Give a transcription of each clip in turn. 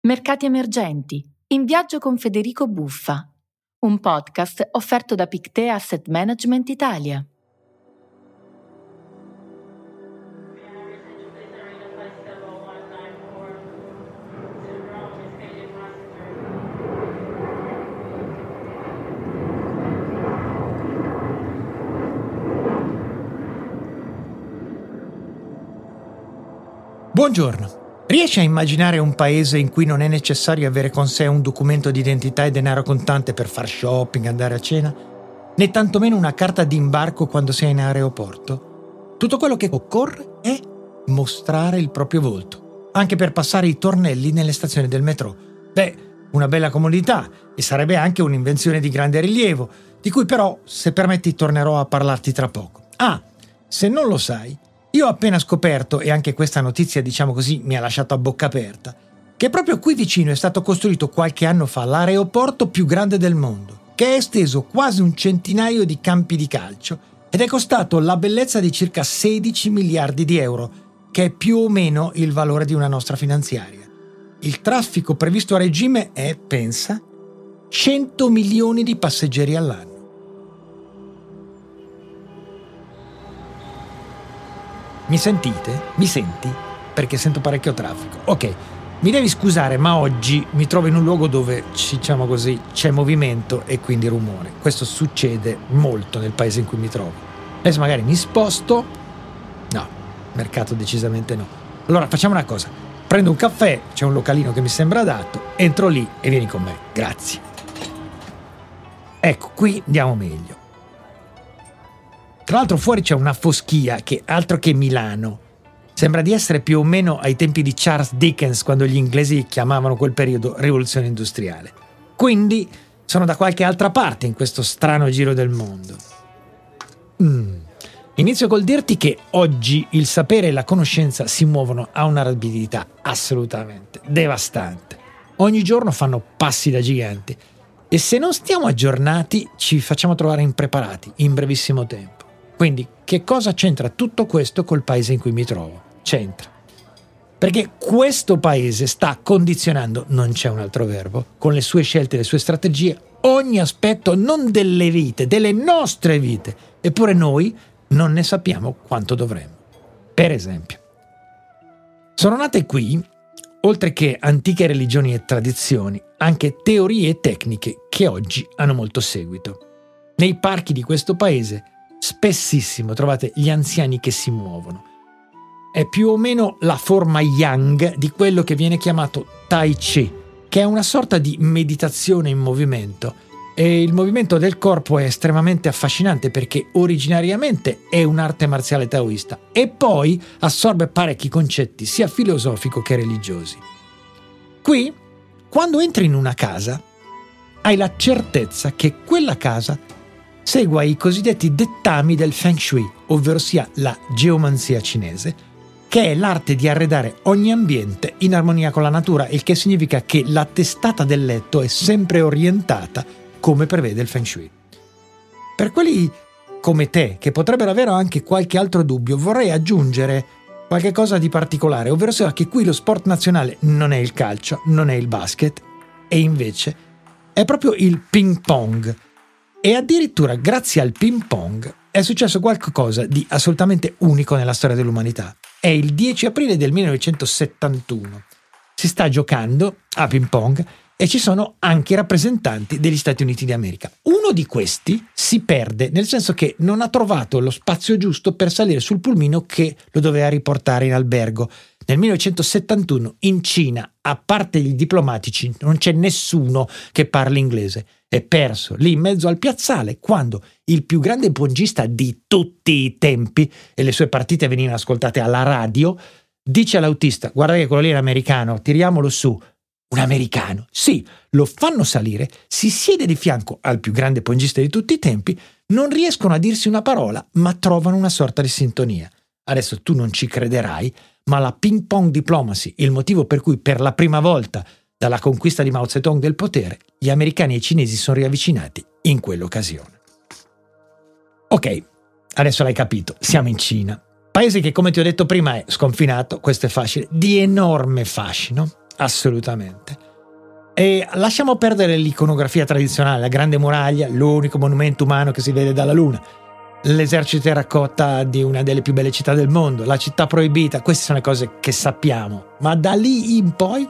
Mercati emergenti, in viaggio con Federico Buffa, un podcast offerto da Pictet Asset Management Italia. Buongiorno. Riesci a immaginare un paese in cui non è necessario avere con sé un documento di identità e denaro contante per far shopping, andare a cena? Né tantomeno una carta d'imbarco quando sei in aeroporto? Tutto quello che occorre è mostrare il proprio volto, anche per passare i tornelli nelle stazioni del metro. Una bella comodità, e sarebbe anche un'invenzione di grande rilievo, di cui però, se permetti, tornerò a parlarti tra poco. Se non lo sai, io ho appena scoperto, e anche questa notizia, diciamo così, mi ha lasciato a bocca aperta, che proprio qui vicino è stato costruito qualche anno fa l'aeroporto più grande del mondo, che è esteso quasi un centinaio di campi di calcio ed è costato la bellezza di circa 16 miliardi di euro, che è più o meno il valore di una nostra finanziaria. Il traffico previsto a regime è, pensa, 100 milioni di passeggeri all'anno. Mi sentite? Mi senti? Perché sento parecchio traffico. Ok, mi devi scusare, ma oggi mi trovo in un luogo dove, diciamo così, c'è movimento e quindi rumore. Questo succede molto nel paese in cui mi trovo. Adesso magari mi sposto. No, mercato decisamente no. Allora facciamo una cosa. Prendo un caffè, c'è un localino che mi sembra adatto, entro lì e vieni con me. Grazie. Ecco, qui andiamo meglio. Tra l'altro fuori c'è una foschia che altro che Milano. Sembra di essere più o meno ai tempi di Charles Dickens, quando gli inglesi chiamavano quel periodo rivoluzione industriale. Quindi sono da qualche altra parte in questo strano giro del mondo. Inizio col dirti che oggi il sapere e la conoscenza si muovono a una rapidità assolutamente devastante. Ogni giorno fanno passi da giganti e se non stiamo aggiornati ci facciamo trovare impreparati in brevissimo tempo. Quindi, che cosa c'entra tutto questo col paese in cui mi trovo? C'entra. Perché questo paese sta condizionando, non c'è un altro verbo, con le sue scelte e le sue strategie, ogni aspetto non delle vite, delle nostre vite. Eppure noi non ne sappiamo quanto dovremmo. Per esempio, sono nate qui, oltre che antiche religioni e tradizioni, anche teorie e tecniche che oggi hanno molto seguito. Nei parchi di questo paese spessissimo trovate gli anziani che si muovono. È più o meno la forma yang di quello che viene chiamato Tai Chi, che è una sorta di meditazione in movimento. E il movimento del corpo è estremamente affascinante perché originariamente è un'arte marziale taoista e poi assorbe parecchi concetti sia filosofico che religiosi. Qui, quando entri in una casa, hai la certezza che quella casa segua i cosiddetti dettami del Feng Shui, ovvero sia la geomanzia cinese, che è l'arte di arredare ogni ambiente in armonia con la natura, il che significa che la testata del letto è sempre orientata come prevede il Feng Shui. Per quelli come te, che potrebbero avere anche qualche altro dubbio, vorrei aggiungere qualche cosa di particolare, ovvero sia che qui lo sport nazionale non è il calcio, non è il basket, e invece è proprio il ping pong. E addirittura grazie al ping pong è successo qualcosa di assolutamente unico nella storia dell'umanità. È il 10 aprile del 1971. Si sta giocando a ping pong e ci sono anche rappresentanti degli Stati Uniti d'America. Uno di questi si perde, nel senso che non ha trovato lo spazio giusto per salire sul pulmino che lo doveva riportare in albergo. Nel 1971 in Cina, a parte i diplomatici, non c'è nessuno che parli inglese. È perso lì in mezzo al piazzale quando il più grande pongista di tutti i tempi, e le sue partite venivano ascoltate alla radio, dice all'autista: guarda che quello lì è un americano, tiriamolo su. Un americano? Sì, lo fanno salire, si siede di fianco al più grande pongista di tutti i tempi, non riescono a dirsi una parola, ma trovano una sorta di sintonia. Adesso tu non ci crederai, ma la ping pong diplomacy, il motivo per cui per la prima volta dalla conquista di Mao Zedong del potere, gli americani e i cinesi sono riavvicinati in quell'occasione. Ok, adesso l'hai capito, siamo in Cina. Paese che, come ti ho detto prima, è sconfinato, questo è facile, di enorme fascino. assolutamente. E lasciamo perdere l'iconografia tradizionale, la Grande Muraglia, l'unico monumento umano che si vede dalla Luna, l'esercito terracotta di una delle più belle città del mondo, la città proibita. Queste sono le cose che sappiamo, ma da lì in poi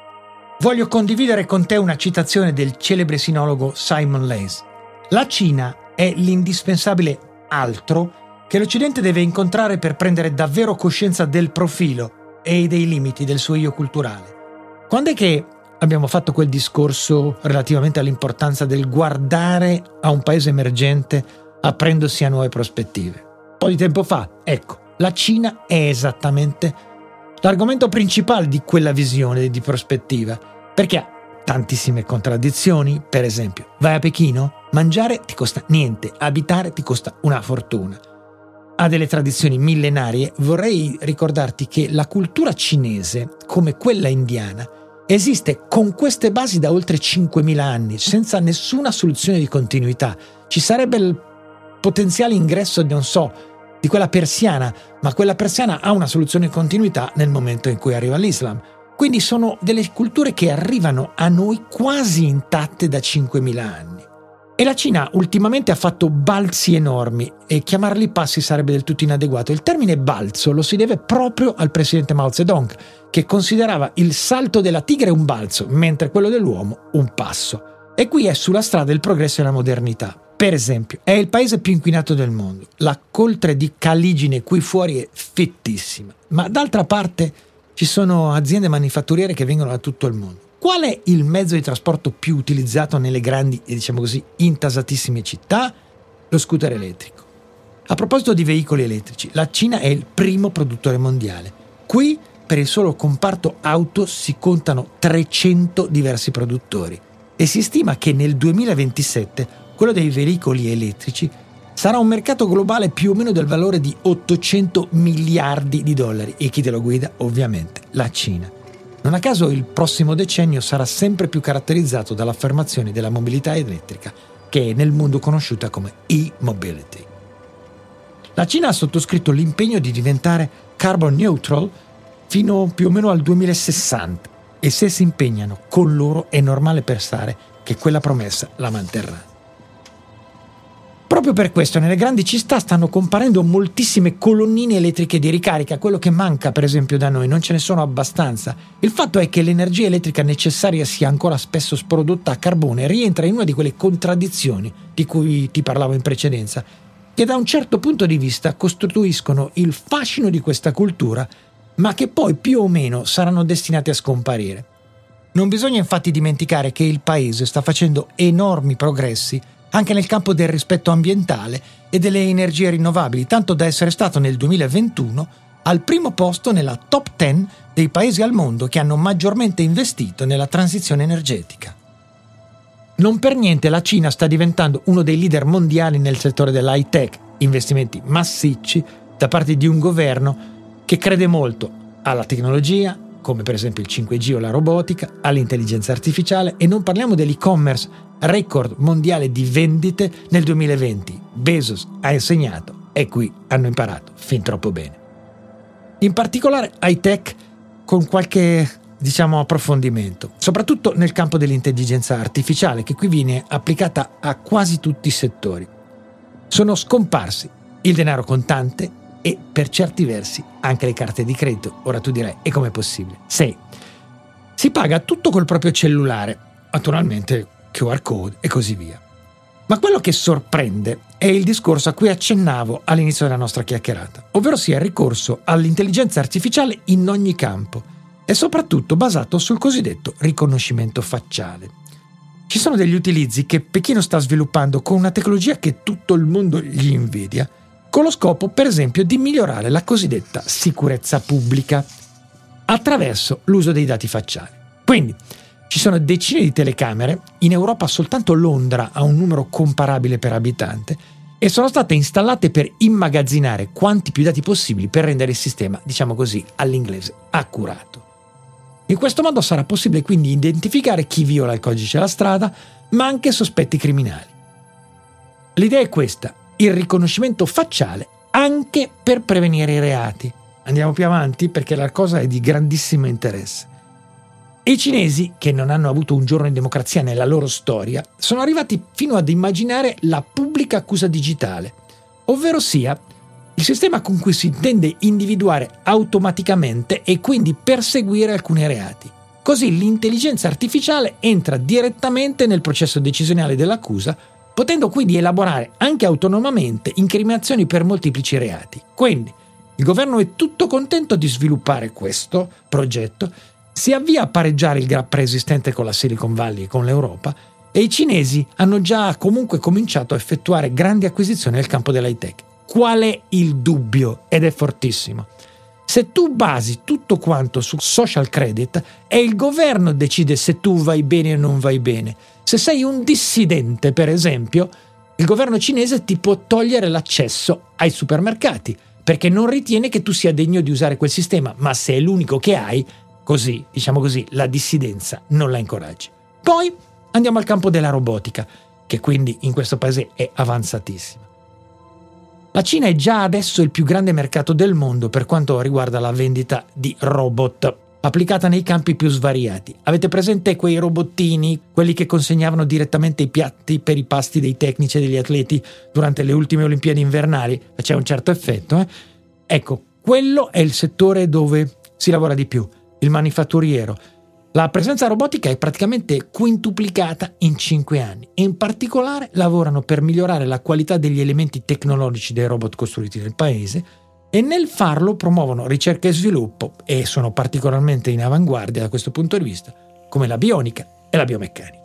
voglio condividere con te una citazione del celebre sinologo Simon Leys. La Cina è l'indispensabile altro che l'Occidente deve incontrare per prendere davvero coscienza del profilo e dei limiti del suo io culturale. Quando è che abbiamo fatto quel discorso relativamente all'importanza del guardare a un paese emergente aprendosi a nuove prospettive? Un po' di tempo fa. Ecco, la Cina è esattamente l'argomento principale di quella visione di prospettiva, perché ha tantissime contraddizioni. Per esempio, vai a Pechino, mangiare ti costa niente, abitare ti costa una fortuna. Ha delle tradizioni millenarie. Vorrei ricordarti che la cultura cinese, come quella indiana, esiste con queste basi da oltre 5.000 anni, senza nessuna soluzione di continuità. Ci sarebbe il potenziale ingresso, di quella persiana, ma quella persiana ha una soluzione di continuità nel momento in cui arriva l'Islam. Quindi sono delle culture che arrivano a noi quasi intatte da 5.000 anni. E la Cina ultimamente ha fatto balzi enormi e chiamarli passi sarebbe del tutto inadeguato. Il termine balzo lo si deve proprio al presidente Mao Zedong, che considerava il salto della tigre un balzo, mentre quello dell'uomo un passo. E qui è sulla strada del progresso e della modernità. Per esempio, è il paese più inquinato del mondo. La coltre di caligine qui fuori è fittissima. Ma d'altra parte ci sono aziende manifatturiere che vengono da tutto il mondo. Qual è il mezzo di trasporto più utilizzato nelle grandi e intasatissime città? Lo scooter elettrico. A proposito di veicoli elettrici, la Cina è il primo produttore mondiale. Qui, per il solo comparto auto, si contano 300 diversi produttori e si stima che nel 2027 quello dei veicoli elettrici sarà un mercato globale più o meno del valore di 800 miliardi di dollari. E chi te lo guida? Ovviamente la Cina. Non a caso il prossimo decennio sarà sempre più caratterizzato dall'affermazione della mobilità elettrica, che è nel mondo conosciuta come e-mobility. La Cina ha sottoscritto l'impegno di diventare carbon neutral fino più o meno al 2060 e se si impegnano con loro è normale pensare che quella promessa la manterranno. Proprio per questo nelle grandi città stanno comparendo moltissime colonnine elettriche di ricarica, quello che manca per esempio da noi, non ce ne sono abbastanza. Il fatto è che l'energia elettrica necessaria sia ancora spesso prodotta a carbone, rientra in una di quelle contraddizioni di cui ti parlavo in precedenza, che da un certo punto di vista costituiscono il fascino di questa cultura, ma che poi più o meno saranno destinati a scomparire. Non bisogna infatti dimenticare che il paese sta facendo enormi progressi anche nel campo del rispetto ambientale e delle energie rinnovabili, tanto da essere stato nel 2021 al primo posto nella top 10 dei paesi al mondo che hanno maggiormente investito nella transizione energetica. Non per niente la Cina sta diventando uno dei leader mondiali nel settore dell'high tech, investimenti massicci da parte di un governo che crede molto alla tecnologia, come per esempio il 5G o la robotica, all'intelligenza artificiale, e non parliamo dell'e-commerce, record mondiale di vendite nel 2020. Bezos ha insegnato e qui hanno imparato fin troppo bene. In particolare high tech con qualche approfondimento, soprattutto nel campo dell'intelligenza artificiale, che qui viene applicata a quasi tutti i settori. Sono scomparsi il denaro contante e per certi versi anche le carte di credito. Ora tu dirai, e com'è possibile? Sì, si paga tutto col proprio cellulare, naturalmente QR code e così via. Ma quello che sorprende è il discorso a cui accennavo all'inizio della nostra chiacchierata, ovvero sia il ricorso all'intelligenza artificiale in ogni campo e soprattutto basato sul cosiddetto riconoscimento facciale. Ci sono degli utilizzi che Pechino sta sviluppando con una tecnologia che tutto il mondo gli invidia, con lo scopo per esempio di migliorare la cosiddetta sicurezza pubblica attraverso l'uso dei dati facciali. Quindi ci sono decine di telecamere, in Europa soltanto Londra ha un numero comparabile per abitante e sono state installate per immagazzinare quanti più dati possibili per rendere il sistema, all'inglese, accurato. In questo modo sarà possibile quindi identificare chi viola il codice della strada, ma anche sospetti criminali. L'idea è questa: il riconoscimento facciale anche per prevenire i reati. Andiamo più avanti perché la cosa è di grandissimo interesse. E i cinesi, che non hanno avuto un giorno di democrazia nella loro storia, sono arrivati fino ad immaginare la pubblica accusa digitale, ovvero sia il sistema con cui si intende individuare automaticamente e quindi perseguire alcuni reati. Così l'intelligenza artificiale entra direttamente nel processo decisionale dell'accusa, potendo quindi elaborare anche autonomamente incriminazioni per molteplici reati. Quindi il governo è tutto contento di sviluppare questo progetto, si avvia a pareggiare il gap preesistente con la Silicon Valley e con l'Europa, e i cinesi hanno già comunque cominciato a effettuare grandi acquisizioni nel campo dell'high tech. Qual è il dubbio? Ed è fortissimo. Se tu basi tutto quanto su social credit, è il governo che decide se tu vai bene o non vai bene. Se sei un dissidente, per esempio, il governo cinese ti può togliere l'accesso ai supermercati, perché non ritiene che tu sia degno di usare quel sistema, ma se è l'unico che hai, così, diciamo così, la dissidenza non la incoraggi. Poi andiamo al campo della robotica, che quindi in questo paese è avanzatissima. La Cina è già adesso il più grande mercato del mondo per quanto riguarda la vendita di robot, applicata nei campi più svariati. Avete presente quei robottini, quelli che consegnavano direttamente i piatti per i pasti dei tecnici e degli atleti durante le ultime Olimpiadi invernali? C'è un certo effetto, Ecco, quello è il settore dove si lavora di più, il manifatturiero. La presenza robotica è praticamente quintuplicata in 5 anni e in particolare lavorano per migliorare la qualità degli elementi tecnologici dei robot costruiti nel paese e nel farlo promuovono ricerca e sviluppo e sono particolarmente in avanguardia da questo punto di vista, come la bionica e la biomeccanica.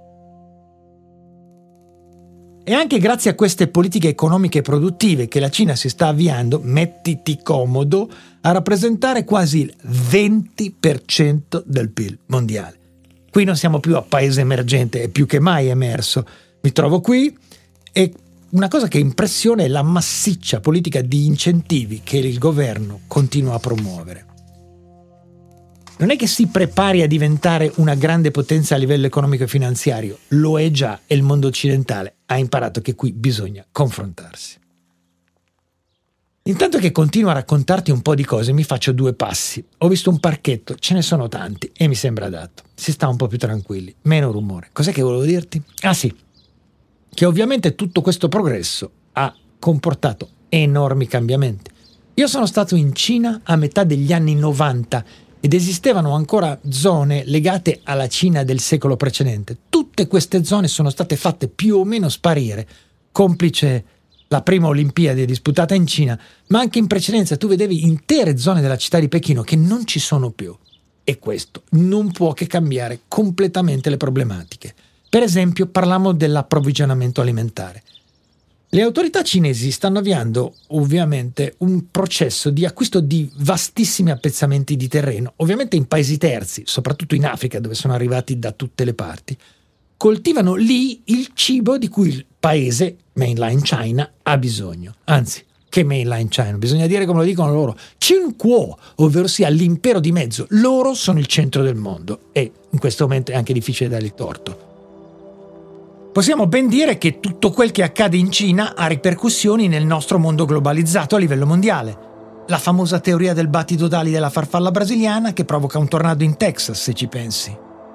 E anche grazie a queste politiche economiche e produttive che la Cina si sta avviando, mettiti comodo, a rappresentare quasi il 20% del PIL mondiale. Qui non siamo più a paese emergente, è più che mai emerso. Mi trovo qui e una cosa che impressiona è la massiccia politica di incentivi che il governo continua a promuovere. Non è che si prepari a diventare una grande potenza a livello economico e finanziario, lo è già e il mondo occidentale ha imparato che qui bisogna confrontarsi. Intanto che continuo a raccontarti un po' di cose, mi faccio 2 passi. Ho visto un parchetto, ce ne sono tanti e mi sembra adatto. Si sta un po' più tranquilli, meno rumore. Cos'è che volevo dirti? Ah sì, che ovviamente tutto questo progresso ha comportato enormi cambiamenti. Io sono stato in Cina a metà degli anni 90 ed esistevano ancora zone legate alla Cina del secolo precedente. Tutte queste zone sono state fatte più o meno sparire, complice la prima Olimpiade disputata in Cina, ma anche in precedenza tu vedevi intere zone della città di Pechino che non ci sono più. E questo non può che cambiare completamente le problematiche. Per esempio, parliamo dell'approvvigionamento alimentare. Le autorità cinesi stanno avviando ovviamente un processo di acquisto di vastissimi appezzamenti di terreno, ovviamente in paesi terzi, soprattutto in Africa dove sono arrivati da tutte le parti. Coltivano lì il cibo di cui il paese, mainland China, ha bisogno. Anzi, che mainland China? Bisogna dire come lo dicono loro, Cinquo, ovvero sia l'impero di mezzo. Loro sono il centro del mondo e in questo momento è anche difficile dargli torto. Possiamo ben dire che tutto quel che accade in Cina ha ripercussioni nel nostro mondo globalizzato a livello mondiale. La famosa teoria del battito d'ali della farfalla brasiliana che provoca un tornado in Texas, se ci pensi.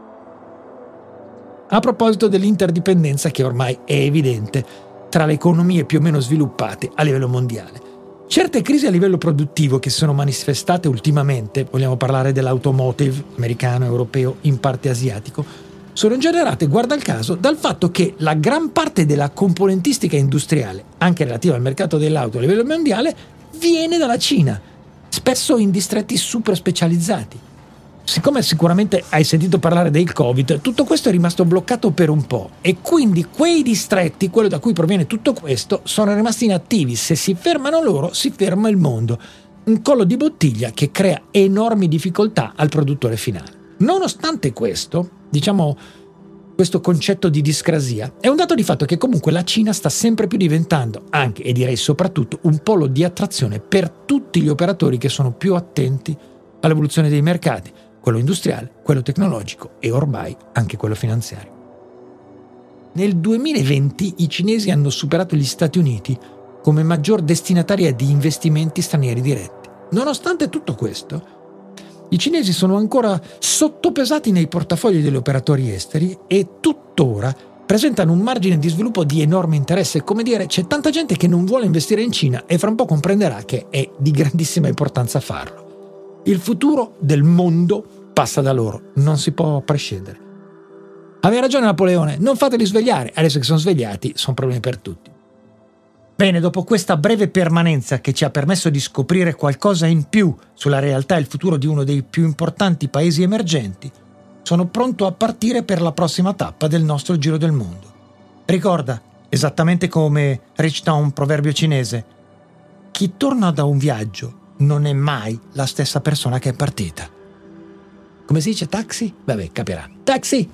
A proposito dell'interdipendenza che ormai è evidente tra le economie più o meno sviluppate a livello mondiale. Certe crisi a livello produttivo che si sono manifestate ultimamente, vogliamo parlare dell'automotive americano, europeo, in parte asiatico, sono generate, guarda il caso, dal fatto che la gran parte della componentistica industriale, anche relativa al mercato dell'auto a livello mondiale, viene dalla Cina, spesso in distretti super specializzati. Siccome sicuramente hai sentito parlare del Covid, tutto questo è rimasto bloccato per un po' e quindi quei distretti, quello da cui proviene tutto questo, sono rimasti inattivi. Se si fermano loro, si ferma il mondo. Un collo di bottiglia che crea enormi difficoltà al produttore finale. Nonostante questo, questo concetto di discrasia, è un dato di fatto che comunque la Cina sta sempre più diventando, anche e direi soprattutto, un polo di attrazione per tutti gli operatori che sono più attenti all'evoluzione dei mercati, quello industriale, quello tecnologico e ormai anche quello finanziario. Nel 2020 i cinesi hanno superato gli Stati Uniti come maggior destinataria di investimenti stranieri diretti. Nonostante tutto questo, I cinesi sono ancora sottopesati nei portafogli degli operatori esteri e tuttora presentano un margine di sviluppo di enorme interesse. Come dire, c'è tanta gente che non vuole investire in Cina e fra un po' comprenderà che è di grandissima importanza farlo. Il futuro del mondo passa da loro, non si può prescindere. Aveva ragione Napoleone, non fateli svegliare, adesso che sono svegliati sono problemi per tutti. Bene, dopo questa breve permanenza che ci ha permesso di scoprire qualcosa in più sulla realtà e il futuro di uno dei più importanti paesi emergenti, sono pronto a partire per la prossima tappa del nostro giro del mondo. Ricorda, esattamente come recita un proverbio cinese, chi torna da un viaggio non è mai la stessa persona che è partita. Come si dice taxi? Vabbè, capirà. Taxi!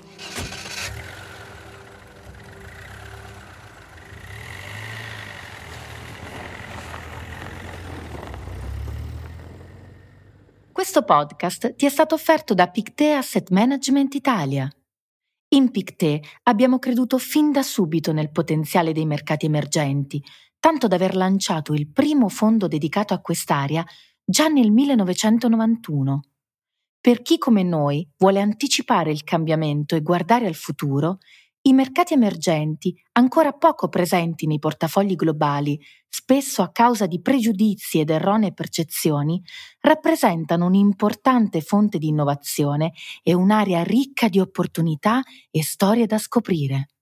Questo podcast ti è stato offerto da Pictet Asset Management Italia. In Pictet abbiamo creduto fin da subito nel potenziale dei mercati emergenti, tanto da aver lanciato il primo fondo dedicato a quest'area già nel 1991. Per chi come noi vuole anticipare il cambiamento e guardare al futuro, i mercati emergenti, ancora poco presenti nei portafogli globali, spesso a causa di pregiudizi ed erronee percezioni, rappresentano un'importante fonte di innovazione e un'area ricca di opportunità e storie da scoprire.